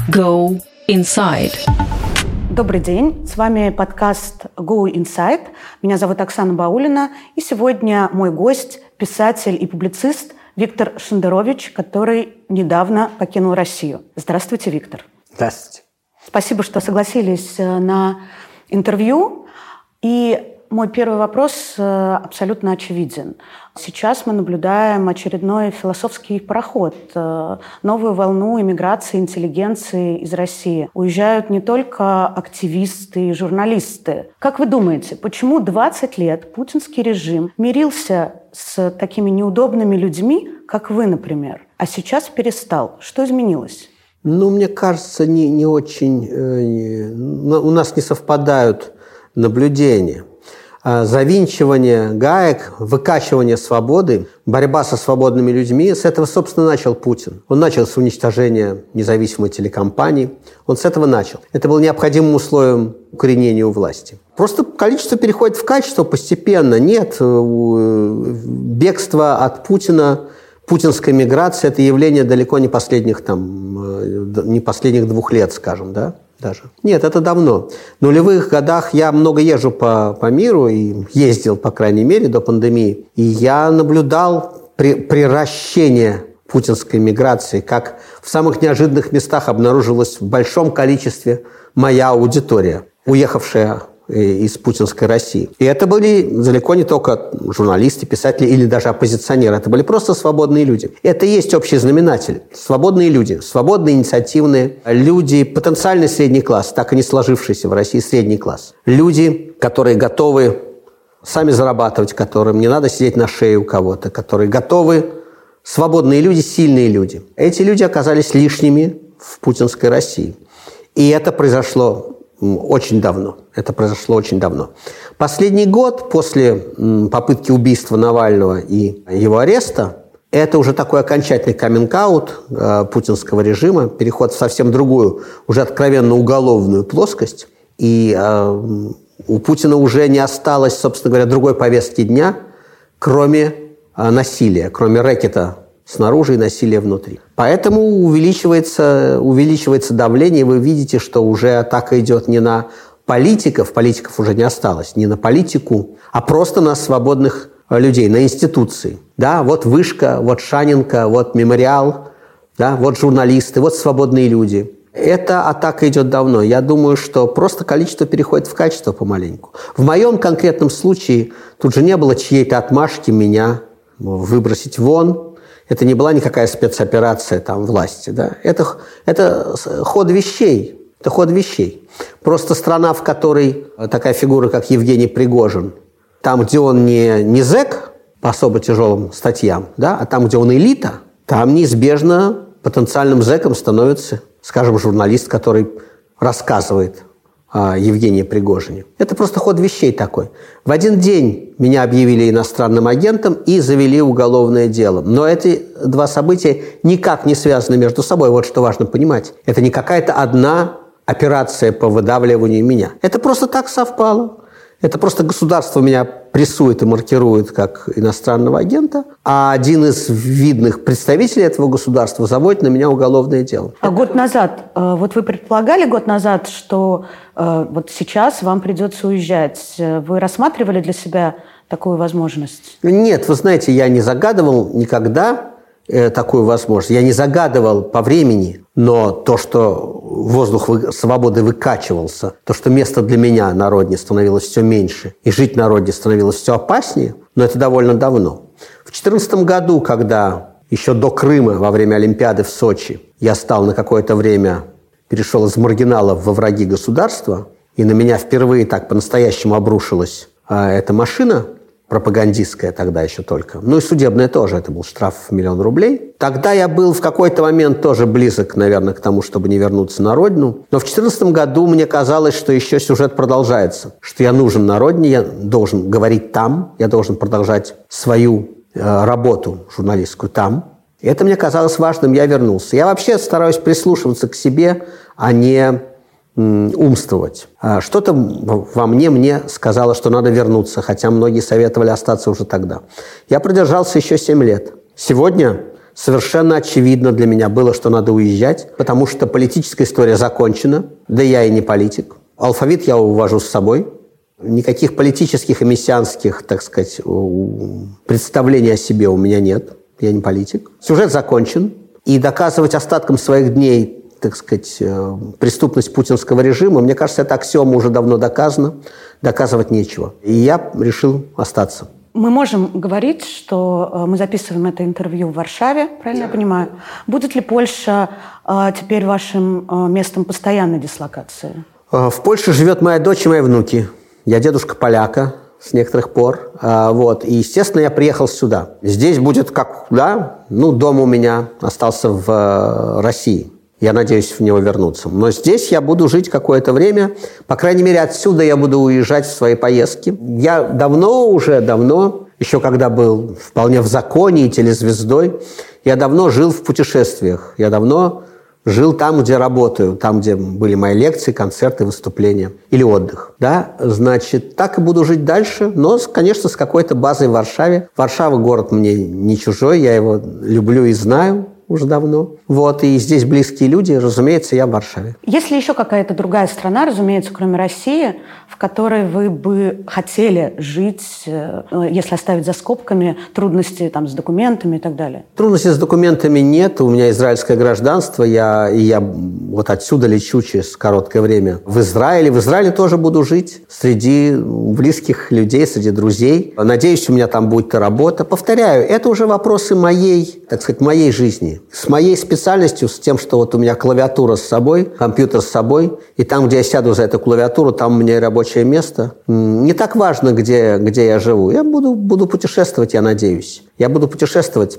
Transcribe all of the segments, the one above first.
Go Inside. Добрый день, с вами подкаст Go Inside. Меня зовут Оксана Баулина, и сегодня мой гость – писатель и публицист Виктор Шендерович, который недавно покинул Россию. Здравствуйте, Виктор. Здравствуйте. Спасибо, что согласились на интервью. И мой первый вопрос абсолютно очевиден. Сейчас мы наблюдаем очередной философский пароход, новую волну эмиграции интеллигенции из России. Уезжают не только активисты и журналисты. Как вы думаете, почему 20 лет путинский режим мирился с такими неудобными людьми, как вы, например, а сейчас перестал? Что изменилось? Мне кажется, не очень... у нас не совпадают наблюдения. Завинчивание гаек, выкачивание свободы, борьба со свободными людьми, с этого, собственно, начал Путин. Он начал с уничтожения независимой телекомпании. Он с этого начал. Это было необходимым условием укоренения у власти. Просто количество переходит в качество постепенно. Нет, бегство от Путина, путинская миграция – это явление далеко не последних 2 лет, скажем, да? Даже. Нет, это давно. В нулевых годах я много езжу по миру и ездил, по крайней мере, до пандемии. И я наблюдал приращение путинской миграции, как в самых неожиданных местах обнаружилась в большом количестве моя аудитория, уехавшая из путинской России. И это были далеко не только журналисты, писатели или даже оппозиционеры. Это были просто свободные люди. Это и есть общий знаменатель. Свободные люди, свободные, инициативные люди, потенциальный средний класс, так и не сложившийся в России средний класс. Люди, которые готовы сами зарабатывать, которым не надо сидеть на шее у кого-то, которые готовы, свободные люди, сильные люди. Эти люди оказались лишними в путинской России. И это произошло очень давно. Последний год после попытки убийства Навального и его ареста это уже такой окончательный каминг-аут путинского режима, переход в совсем другую, уже откровенно уголовную плоскость. И у Путина уже не осталось, собственно говоря, другой повестки дня, кроме насилия, кроме рэкета снаружи и насилия внутри. Поэтому увеличивается давление, и вы видите, что уже атака идет не на политиков уже не осталось, не на политику, а просто на свободных людей, на институции. Да, вот Вышка, вот Шаненко, вот Мемориал, да, вот журналисты, вот свободные люди. Эта атака идет давно. Я думаю, что просто количество переходит в качество помаленьку. В моем конкретном случае тут же не было чьей-то отмашки меня выбросить вон. Это не была никакая спецоперация власти. Да? Это ход вещей. Это ход вещей. Просто страна, в которой такая фигура, как Евгений Пригожин, там, где он не зэк по особо тяжелым статьям, да, а там, где он элита, там неизбежно потенциальным зэком становится, скажем, журналист, который рассказывает о Евгении Пригожине. Это просто ход вещей такой. В один день меня объявили иностранным агентом и завели уголовное дело. Но эти два события никак не связаны между собой. Вот что важно понимать. Это не какая-то одна операция по выдавливанию меня. Это просто так совпало. Это просто государство меня прессует и маркирует как иностранного агента, а один из видных представителей этого государства заводит на меня уголовное дело. А год назад, вот вы предполагали год назад, что вот сейчас вам придется уезжать. Вы рассматривали для себя такую возможность? Нет, вы знаете, я не загадывал никогда такую возможность. Я не загадывал по времени, но то, что воздух свободы выкачивался, то, что место для меня на родине становилось все меньше, и жить на родине становилось все опаснее, но это довольно давно. В 2014 году, когда еще до Крыма, во время Олимпиады в Сочи, я стал на какое-то время, перешел из маргиналов во враги государства, и на меня впервые так по-настоящему обрушилась эта машина, пропагандистская тогда еще только. И судебная тоже. Это был штраф в 1 000 000 рублей. Тогда я был в какой-то момент тоже близок, наверное, к тому, чтобы не вернуться на родину. Но в 2014 году мне казалось, что еще сюжет продолжается. Что я нужен на родине, я должен говорить там, я должен продолжать свою работу журналистскую там. И это мне казалось важным, я вернулся. Я вообще стараюсь прислушиваться к себе, а не умствовать. Что-то во мне сказало, что надо вернуться, хотя многие советовали остаться уже тогда. Я продержался еще 7 лет. Сегодня совершенно очевидно для меня было, что надо уезжать, потому что политическая история закончена, да я и не политик. Алфавит я увожу с собой. Никаких политических и мессианских, так сказать, представлений о себе у меня нет. Я не политик. Сюжет закончен. И доказывать остатком своих дней, так сказать, преступность путинского режима, мне кажется, эта аксиома уже давно доказана. Доказывать нечего. И я решил остаться. Мы можем говорить, что мы записываем это интервью в Варшаве, правильно я понимаю? Будет ли Польша теперь вашим местом постоянной дислокации? В Польше живет моя дочь и мои внуки. Я дедушка поляка с некоторых пор. Вот. И, естественно, я приехал сюда. Здесь будет как, да, дом у меня остался в России. Я надеюсь в него вернуться. Но здесь я буду жить какое-то время. По крайней мере, отсюда я буду уезжать в свои поездки. Я давно, еще когда был вполне в законе и телезвездой, я давно жил в путешествиях. Я давно жил там, где работаю, там, где были мои лекции, концерты, выступления или отдых. Да? Значит, так и буду жить дальше, но, конечно, с какой-то базой в Варшаве. Варшава – город мне не чужой, я его люблю и знаю уже давно. Вот, и здесь близкие люди, разумеется, я в Варшаве. Есть ли еще какая-то другая страна, разумеется, кроме России, в которой вы бы хотели жить, если оставить за скобками трудности там, с документами и так далее? Трудностей с документами нет. У меня израильское гражданство. Я вот отсюда лечу через короткое время в Израиле. В Израиле тоже буду жить среди близких людей, среди друзей. Надеюсь, у меня там будет работа. Повторяю, это уже вопросы моей, так сказать, моей жизни. С моей специальностью, с тем, что вот у меня клавиатура с собой, компьютер с собой, и там, где я сяду за эту клавиатуру, там у меня и рабочее место. Не так важно, где я живу. Я буду путешествовать, я надеюсь. Я буду путешествовать.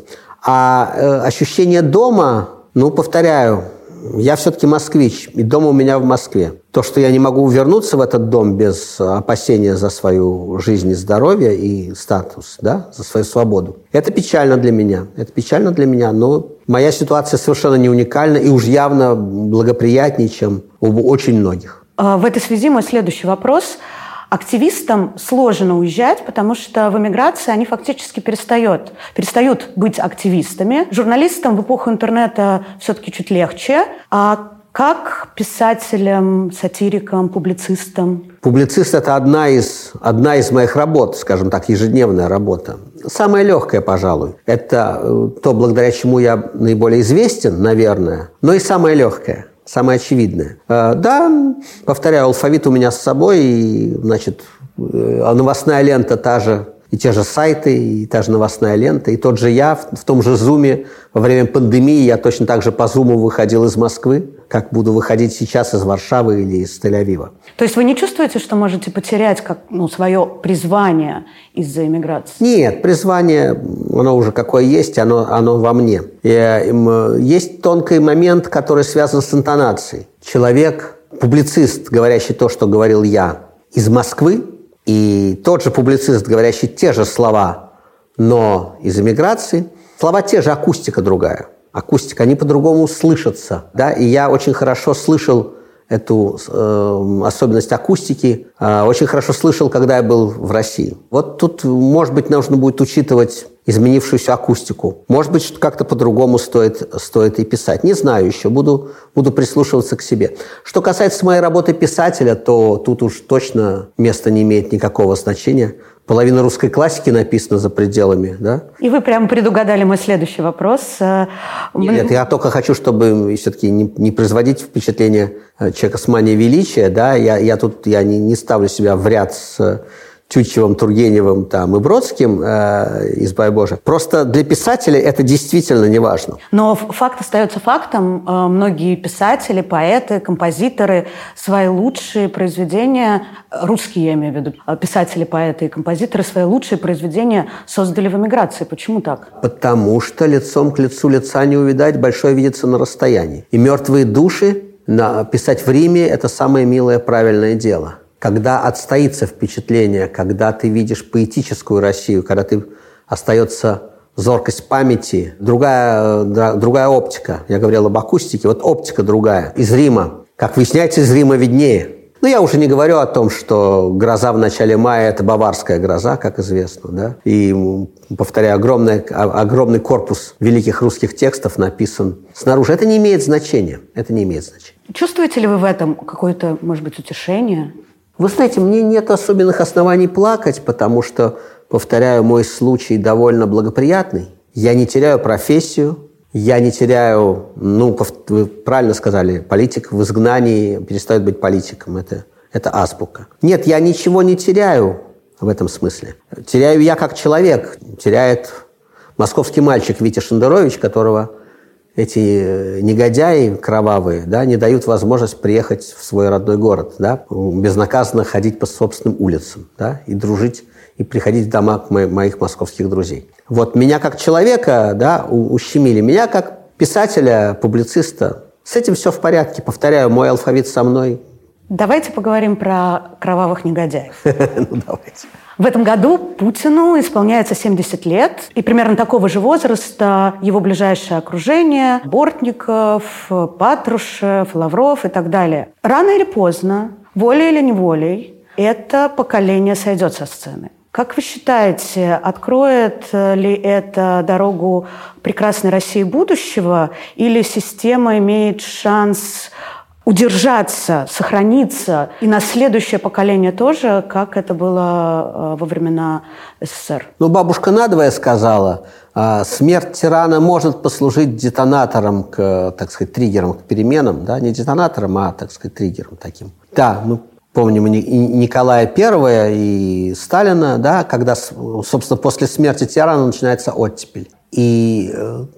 А ощущение дома, повторяю, я все-таки москвич, и дом у меня в Москве. То, что я не могу вернуться в этот дом без опасения за свою жизнь и здоровье и статус, да, за свою свободу, это печально для меня. Это печально для меня, но моя ситуация совершенно не уникальна и уж явно благоприятнее, чем у очень многих. В этой связи мой следующий вопрос. Активистам сложно уезжать, потому что в эмиграции они фактически перестают быть активистами. Журналистам в эпоху интернета все-таки чуть легче. А как писателям, сатирикам, публицистам? Публицист – это одна из моих работ, скажем так, ежедневная работа. Самая легкая, пожалуй. Это то, благодаря чему я наиболее известен, наверное, но и самая легкая. Самое очевидное. Да, повторяю, алфавит у меня с собой, и, значит, новостная лента та же, и те же сайты, и та же новостная лента, и тот же я в том же Зуме. Во время пандемии я точно так же по Зуму выходил из Москвы, как буду выходить сейчас из Варшавы или из Тель-Авива. То есть вы не чувствуете, что можете потерять свое призвание из-за эмиграции? Нет, призвание, оно уже какое есть, оно во мне. Есть тонкий момент, который связан с интонацией. Человек, публицист, говорящий то, что говорил я, из Москвы, и тот же публицист, говорящий те же слова, но из эмиграции, слова те же, акустика другая. Акустика, они по-другому слышатся. Да? И я очень хорошо слышал эту особенность акустики, очень хорошо слышал, когда я был в России. Вот тут, может быть, нужно будет учитывать изменившуюся акустику. Может быть, как-то по-другому стоит и писать. Не знаю еще, буду прислушиваться к себе. Что касается моей работы писателя, то тут уж точно место не имеет никакого значения. Половина русской классики написана за пределами, да? И вы прямо предугадали мой следующий вопрос. Нет, я только хочу, чтобы все-таки не производить впечатление человека с манией величия, да? Я не ставлю себя в ряд с Тютчевым, Тургеневым там, и Бродским, избавь Боже. Просто для писателя это действительно не важно. Но факт остается фактом. Многие писатели, поэты, композиторы свои лучшие произведения, русские, я имею в виду, писатели, поэты и композиторы свои лучшие произведения создали в эмиграции. Почему так? Потому что лицом к лицу лица не увидать, большое видится на расстоянии. И мертвые души писать в Риме – это самое милое, правильное дело. Когда отстоится впечатление, когда ты видишь поэтическую Россию, когда остается зоркость памяти, другая оптика. Я говорил об акустике, вот оптика другая. Из Рима, как выясняется, из Рима виднее. Ну, я уже не говорю о том, что гроза в начале мая – это баварская гроза, как известно, да? И, повторяю, огромный корпус великих русских текстов написан снаружи. Это не имеет значения. Это не имеет значения. Чувствуете ли вы в этом какое-то, может быть, утешение? Вы знаете, мне нет особенных оснований плакать, потому что, повторяю, мой случай довольно благоприятный. Я не теряю профессию, я не теряю, вы правильно сказали, политик в изгнании перестает быть политиком. Это азбука. Нет, я ничего не теряю в этом смысле. Теряю я как человек. Теряет московский мальчик Витя Шендерович, которого эти негодяи кровавые, да, не дают возможность приехать в свой родной город, да, безнаказанно ходить по собственным улицам, да, и дружить, и приходить в дома моих московских друзей. Вот меня как человека, да, ущемили, меня как писателя, публициста. С этим все в порядке. Повторяю, мой алфавит со мной. Давайте поговорим про кровавых негодяев. Ну, давайте. В этом году Путину исполняется 70 лет, и примерно такого же возраста его ближайшее окружение – Бортников, Патрушев, Лавров и так далее. Рано или поздно, волей или неволей, это поколение сойдет со сцены. Как вы считаете, откроет ли это дорогу прекрасной России будущего, или система имеет шанс удержаться, сохраниться, и на следующее поколение тоже, как это было во времена СССР? Ну, бабушка надвое сказала, смерть тирана может послужить детонатором, так сказать, триггером к переменам, да, не детонатором, а, так сказать, триггером таким. Да, мы помним и Николая I, и Сталина, да, когда, собственно, после смерти тирана начинается оттепель. И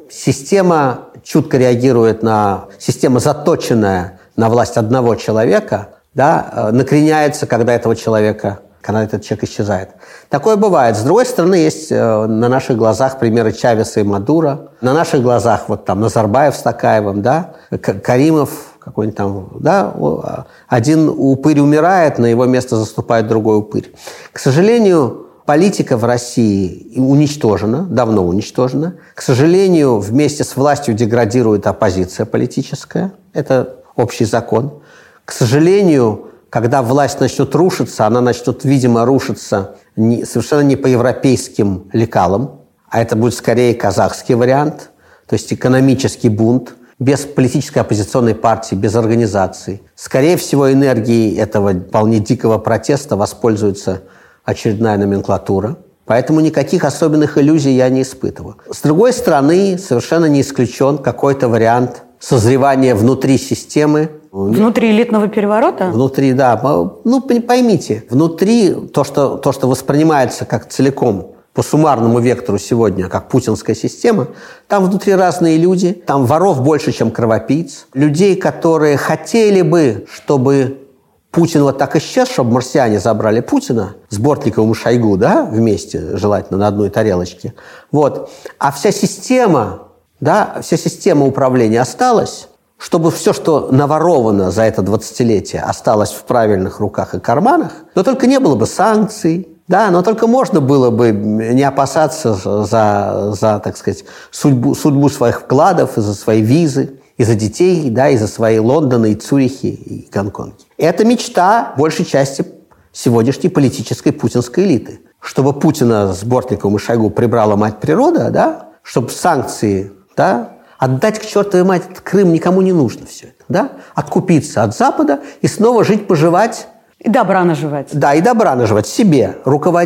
система чутко реагирует система, заточенная на власть одного человека, да, накреняется, когда этот человек исчезает. Такое бывает. С другой стороны, есть на наших глазах примеры Чавеса и Мадуро. На наших глазах вот там Назарбаев с Токаевым, да, Каримов какой-нибудь там, да, один упырь умирает, на его место заступает другой упырь. К сожалению, политика в России уничтожена, давно уничтожена. К сожалению, вместе с властью деградирует оппозиция политическая. Это общий закон. К сожалению, когда власть начнет рушиться, она начнет, видимо, рушиться совершенно не по европейским лекалам, а это будет скорее казахский вариант, то есть экономический бунт, без политической оппозиционной партии, без организаций. Скорее всего, энергией этого вполне дикого протеста воспользуется очередная номенклатура. Поэтому никаких особенных иллюзий я не испытываю. С другой стороны, совершенно не исключен какой-то вариант созревания внутри системы. Внутри элитного переворота? Внутри, да. Ну, поймите, внутри то, что воспринимается как целиком по суммарному вектору сегодня, как путинская система, там внутри разные люди, там воров больше, чем кровопийц, людей, которые хотели бы, чтобы Путин вот так исчез, чтобы марсиане забрали Путина с Бортниковым и Шойгу, да, вместе, желательно на одной тарелочке. Вот. А вся система управления осталась, чтобы все, что наворовано за это 20-летие, осталось в правильных руках и карманах, но только не было бы санкций, да, но только можно было бы не опасаться за так сказать, судьбу своих вкладов, и за свои визы, и за детей, да, и за свои Лондоны, и Цюрихи, и Гонконги. Это мечта большей части сегодняшней политической путинской элиты. Чтобы Путина с Бортниковым и Шойгу прибрала мать природа, да, чтобы санкции, да, отдать к чертовой матери Крым никому не нужно все это, да, откупиться от Запада и снова жить-поживать. И добра наживать. Да, и добра наживать себе,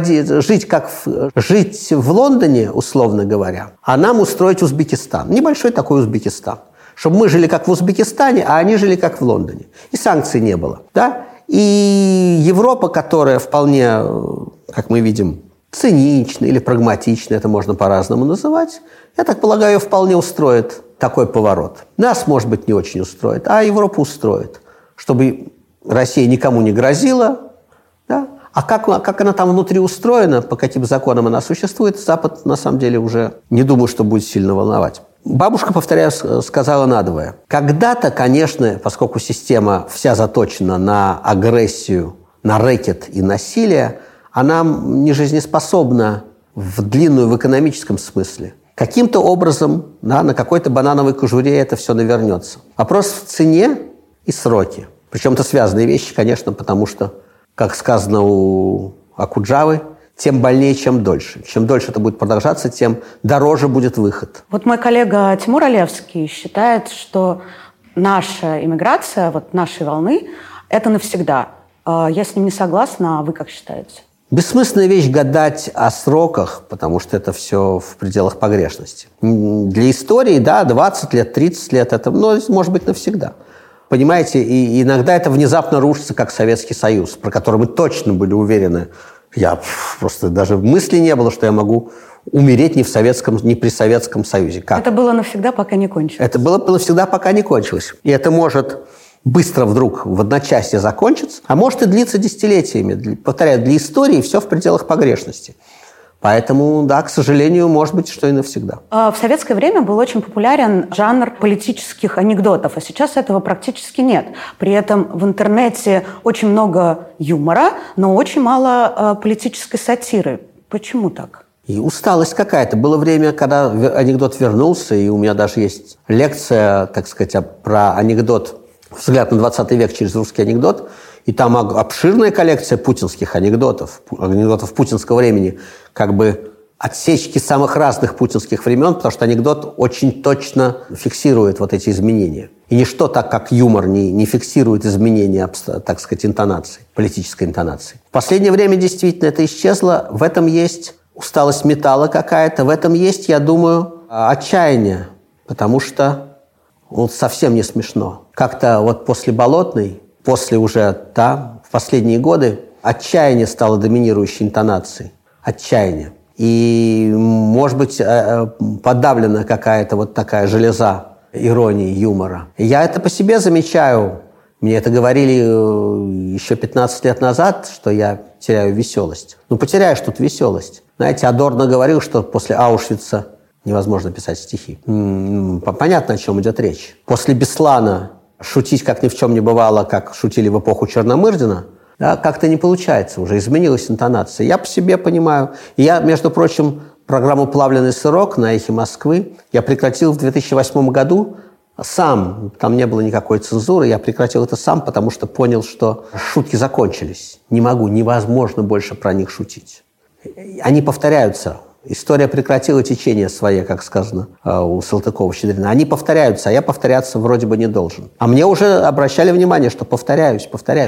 жить в Лондоне, условно говоря, а нам устроить Узбекистан. Небольшой такой Узбекистан. Чтобы мы жили как в Узбекистане, а они жили как в Лондоне. И санкций не было. Да? И Европа, которая вполне, как мы видим, цинична или прагматична, это можно по-разному называть, я так полагаю, вполне устроит такой поворот. Нас, может быть, не очень устроит, а Европу устроит. Чтобы Россия никому не грозила. Да? А как она там внутри устроена, по каким законам она существует, Запад, на самом деле, уже не думаю, что будет сильно волновать. Бабушка, повторяю, сказала надвое. Когда-то, конечно, поскольку система вся заточена на агрессию, на рэкет и насилие, она не жизнеспособна в экономическом смысле. Каким-то образом, да, на какой-то банановой кожуре это все навернется. Вопрос в цене и сроке. Причем это связанные вещи, конечно, потому что, как сказано у Окуджавы, тем больнее, чем дольше. Чем дольше это будет продолжаться, тем дороже будет выход. Вот мой коллега Тимур Олевский считает, что наша иммиграция, вот нашей волны, это навсегда. Я с ним не согласна, а вы как считаете? Бессмысленная вещь гадать о сроках, потому что это все в пределах погрешности. Для истории, да, 20 лет, 30 лет, это, может быть, навсегда. Понимаете, и иногда это внезапно рушится, как Советский Союз, про который мы точно были уверены. Я просто даже мысли не было, что я могу умереть не при Советском Союзе. Как? Это было навсегда, пока не кончилось. Это было навсегда, пока не кончилось. И это может быстро вдруг в одночасье закончиться, а может и длиться десятилетиями. Повторяю, для истории все в пределах погрешности. Поэтому, да, к сожалению, может быть, что и навсегда. В советское время был очень популярен жанр политических анекдотов, а сейчас этого практически нет. При этом в интернете очень много юмора, но очень мало политической сатиры. Почему так? И усталость какая-то. Было время, когда анекдот вернулся, и у меня даже есть лекция, так сказать, про анекдот, взгляд на 20 век через русский анекдот. И там обширная коллекция путинских анекдотов путинского времени, как бы отсечки самых разных путинских времен, потому что анекдот очень точно фиксирует вот эти изменения. И ничто так, как юмор, не фиксирует изменения, так сказать, интонации, политической интонации. В последнее время действительно это исчезло. В этом есть усталость металла какая-то, в этом есть, я думаю, отчаяние, потому что совсем не смешно. Как-то вот после Болотной, после уже, в последние годы отчаяние стало доминирующей интонацией. Отчаяние. И, может быть, подавлена какая-то вот такая железа иронии, юмора. Я это по себе замечаю. Мне это говорили еще 15 лет назад, что я теряю веселость. Потеряешь тут веселость. Знаете, Адорно говорил, что после Аушвица невозможно писать стихи. Понятно, о чем идет речь. После Беслана шутить, как ни в чем не бывало, как шутили в эпоху Черномырдина, да, как-то не получается уже, изменилась интонация. Я по себе понимаю. Я, между прочим, программу «Плавленый сырок» на «Эхе Москвы» я прекратил в 2008 году сам. Там не было никакой цензуры. Я прекратил это сам, потому что понял, что шутки закончились. Невозможно больше про них шутить. Они повторяются. История прекратила течение свое, как сказано у Салтыкова-Щедрина. Они повторяются, а я повторяться вроде бы не должен. А мне уже обращали внимание, что повторяюсь.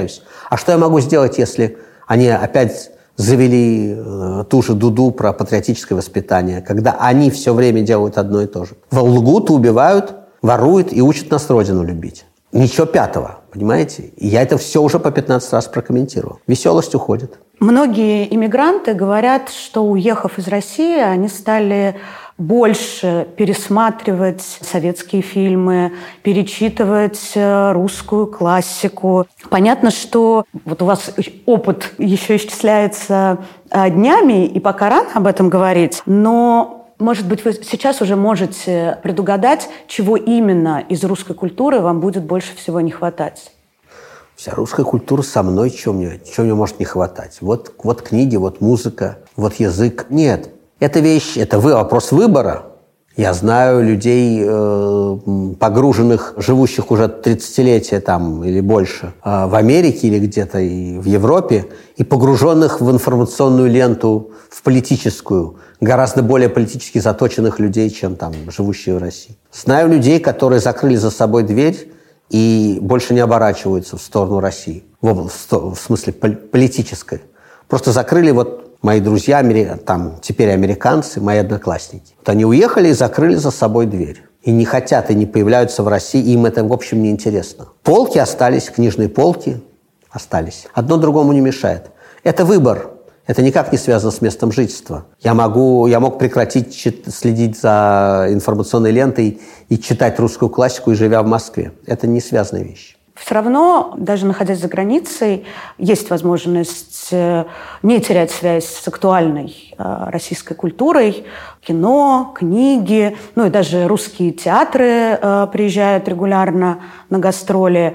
А что я могу сделать, если они опять завели ту же дуду про патриотическое воспитание, когда они все время делают одно и то же? Лгут, убивают, воруют и учат нас Родину любить. Ничего пятого, понимаете? И я это все уже по 15 раз прокомментировал. Веселость уходит. Многие иммигранты говорят, что, уехав из России, они стали больше пересматривать советские фильмы, перечитывать русскую классику. Понятно, что вот у вас опыт еще исчисляется днями, и пока рано об этом говорить, но, может быть, вы сейчас уже можете предугадать, чего именно из русской культуры вам будет больше всего не хватать. Вся русская культура со мной, чего мне может не хватать? Вот книги, вот музыка, вот язык. Нет, это вещь, это вопрос выбора. Я знаю людей, погруженных, живущих уже 30-летия там или больше в Америке или где-то и в Европе, и погруженных в информационную ленту, в политическую, гораздо более политически заточенных людей, чем там живущие в России. Знаю людей, которые закрыли за собой дверь и больше не оборачиваются в сторону России, в смысле политической. Просто закрыли мои друзья, там теперь американцы, мои одноклассники. Они уехали и закрыли за собой дверь. И не хотят, и не появляются в России, им это, в общем, не интересно. Полки остались, книжные полки остались. Одно другому не мешает. Это выбор. Это никак не связано с местом жительства. Я мог прекратить следить за информационной лентой и читать русскую классику, и живя в Москве. Это не связанная вещь. Все равно, даже находясь за границей, есть возможность не терять связь с актуальной российской культурой. Кино, книги, и даже русские театры приезжают регулярно на гастроли.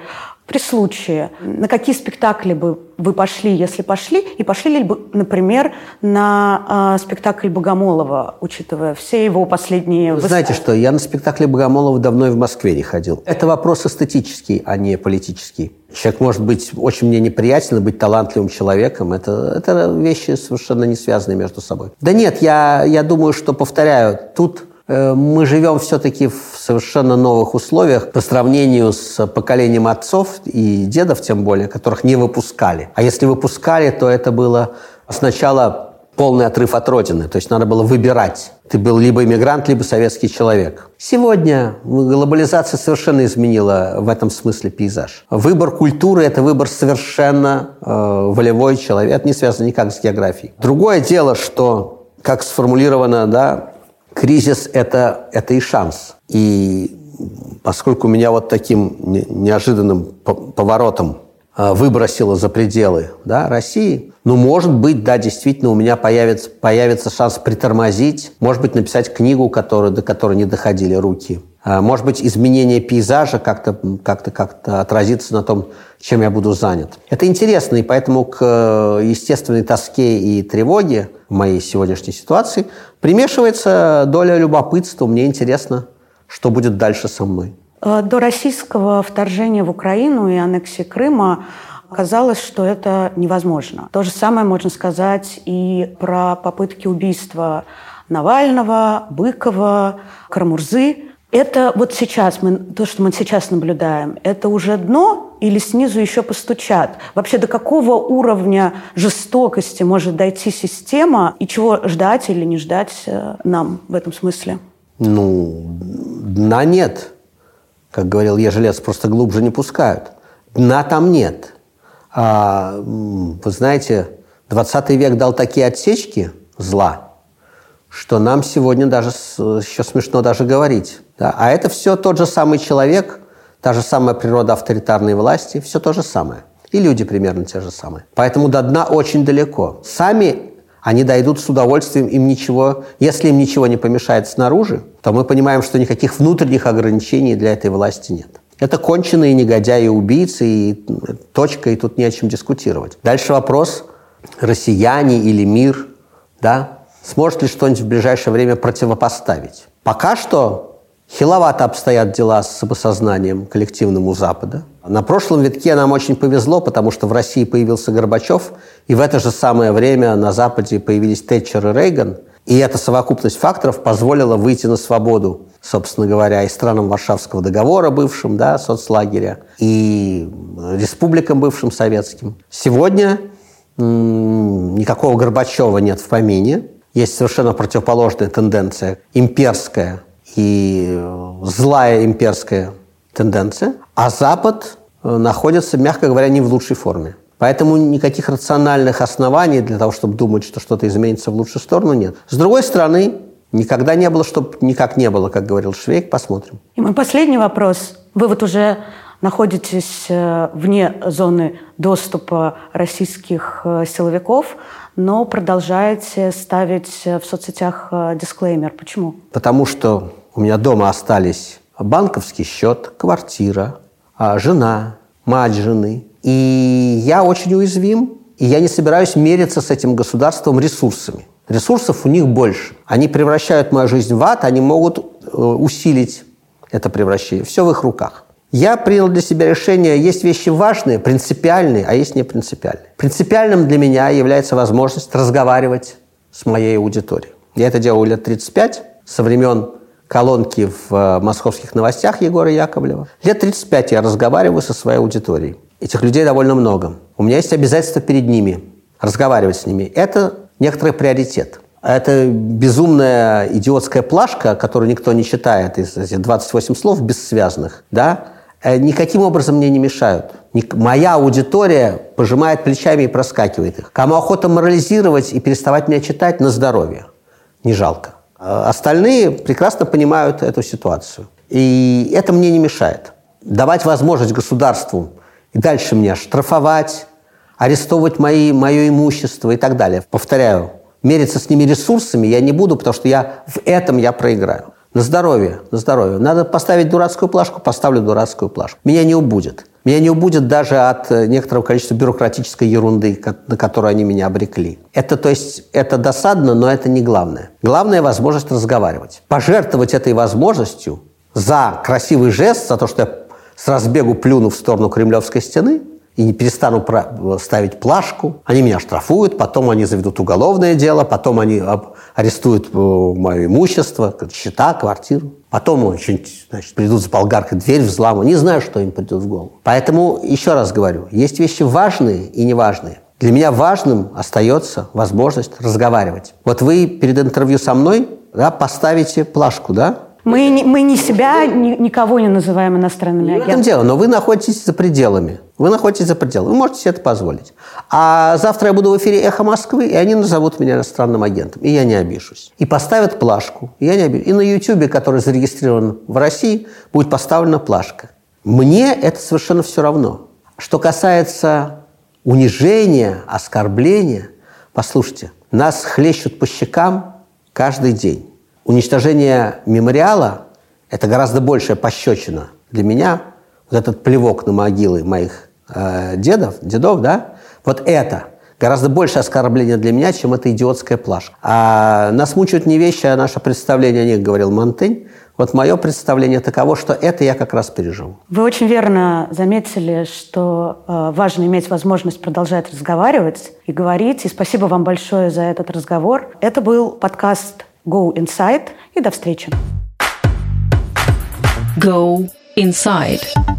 При случае, на какие спектакли бы вы пошли, если пошли, и пошли ли бы, например, на спектакль Богомолова, учитывая все его последние выступления? Знаете что, я на спектакли Богомолова давно и в Москве не ходил. Это вопрос эстетический, а не политический. Человек может быть очень мне неприятен, быть талантливым человеком. Это вещи совершенно не связанные между собой. Да нет, я думаю, что, повторяю, тут мы живем все-таки в совершенно новых условиях по сравнению с поколением отцов и дедов, тем более, которых не выпускали. А если выпускали, то это было сначала полный отрыв от родины. То есть надо было выбирать. Ты был либо иммигрант, либо советский человек. Сегодня глобализация совершенно изменила в этом смысле пейзаж. Выбор культуры – это выбор совершенно волевой человек. Это не связано никак с географией. Другое дело, что, как сформулировано, да, кризис – это и шанс. И поскольку меня вот таким неожиданным поворотом выбросило за пределы, да, России, может быть, да, действительно, у меня появится шанс притормозить, может быть, написать книгу, до которой не доходили руки. Может быть, изменение пейзажа как-то отразится на том, чем я буду занят. Это интересно, и поэтому к естественной тоске и тревоге в моей сегодняшней ситуации примешивается доля любопытства. Мне интересно, что будет дальше со мной. До российского вторжения в Украину и аннексии Крыма казалось, что это невозможно. То же самое можно сказать и про попытки убийства Навального, Быкова, Карамурзы. Это вот сейчас, то, что мы сейчас наблюдаем, это уже дно или снизу еще постучат? Вообще, до какого уровня жестокости может дойти система и чего ждать или не ждать нам в этом смысле? Дна нет. Как говорил Ежелец, просто глубже не пускают. Дна там нет. Вы знаете, 20 век дал такие отсечки зла, что нам сегодня даже еще смешно даже говорить. Да? А это все тот же самый человек, та же самая природа авторитарной власти, все то же самое. И люди примерно те же самые. Поэтому до дна очень далеко. Сами они дойдут с удовольствием, если им ничего не помешает снаружи, то мы понимаем, что никаких внутренних ограничений для этой власти нет. Это конченые негодяи и убийцы, и точка, и тут не о чем дискутировать. Дальше вопрос, россияне или мир, да, сможет ли что-нибудь в ближайшее время противопоставить. Пока что хиловато обстоят дела с самосознанием коллективным у Запада. На прошлом витке нам очень повезло, потому что в России появился Горбачев, и в это же самое время на Западе появились Тэтчер и Рейган, и эта совокупность факторов позволила выйти на свободу, собственно говоря, и странам Варшавского договора бывшим, да, соцлагеря, и республикам бывшим советским. Сегодня никакого Горбачева нет в помине. Есть совершенно противоположная тенденция, имперская и злая имперская тенденция, а Запад находится, мягко говоря, не в лучшей форме. Поэтому никаких рациональных оснований для того, чтобы думать, что что-то изменится в лучшую сторону, нет. С другой стороны, никогда не было, чтобы никак не было, как говорил Швейк. Посмотрим. И мой последний вопрос. Вы вот уже находитесь вне зоны доступа российских силовиков, но продолжаете ставить в соцсетях дисклеймер. Почему? Потому что у меня дома остались банковский счет, квартира, жена, мать жены. И я очень уязвим, и я не собираюсь мериться с этим государством ресурсами. Ресурсов у них больше. Они превращают мою жизнь в ад, они могут усилить это превращение. Все в их руках. Я принял для себя решение, есть вещи важные, принципиальные, а есть непринципиальные. Принципиальным для меня является возможность разговаривать с моей аудиторией. Я это делаю лет 35, со времен колонки в московских новостях Егора Яковлева. Лет 35 я разговариваю со своей аудиторией. Этих людей довольно много. У меня есть обязательство перед ними, разговаривать с ними. Это некоторый приоритет. Это безумная идиотская плашка, которую никто не читает, из этих 28 слов бессвязных, да, никаким образом мне не мешают. Моя аудитория пожимает плечами и проскакивает их. Кому охота морализировать и переставать меня читать, на здоровье. Не жалко. Остальные прекрасно понимают эту ситуацию. И это мне не мешает. Давать возможность государству и дальше меня штрафовать, арестовывать мое имущество и так далее. Повторяю, мериться с ними ресурсами я не буду, потому что в этом я проиграю. На здоровье, на здоровье. Надо поставить дурацкую плашку, поставлю дурацкую плашку. Меня не убудет. Меня не убудет даже от некоторого количества бюрократической ерунды, на которую они меня обрекли. То есть это досадно, но это не главное. Главное – возможность разговаривать. Пожертвовать этой возможностью за красивый жест, за то, что я с разбегу плюну в сторону Кремлевской стены и не перестану ставить плашку. Они меня штрафуют, потом они заведут уголовное дело, потом они арестуют мое имущество, счета, квартиру. Потом придут с болгаркой, дверь взламывают. Не знаю, что им придет в голову. Поэтому, еще раз говорю, есть вещи важные и неважные. Для меня важным остается возможность разговаривать. Вот вы перед интервью со мной поставите плашку, да? Мы не себя, никого не называем иностранными агентами. В этом дело, но вы находитесь за пределами. Вы можете себе это позволить. А завтра я буду в эфире «Эхо Москвы», и они назовут меня иностранным агентом. И я не обижусь. И поставят плашку. И я не обижусь. И на Ютьюбе, который зарегистрирован в России, будет поставлена плашка. Мне это совершенно все равно. Что касается унижения, оскорбления, послушайте, нас хлещут по щекам каждый день. Уничтожение мемориала – это гораздо большая пощечина для меня. Вот этот плевок на могилы моих дедов, да? Вот это гораздо большее оскорбление для меня, чем эта идиотская плашка. А нас мучают не вещи, а наше представление о них, говорил Монтень. Вот мое представление таково, что это я как раз переживу. Вы очень верно заметили, что важно иметь возможность продолжать разговаривать и говорить. И спасибо вам большое за этот разговор. Это был подкаст Go Inside, и до встречи. Go Inside.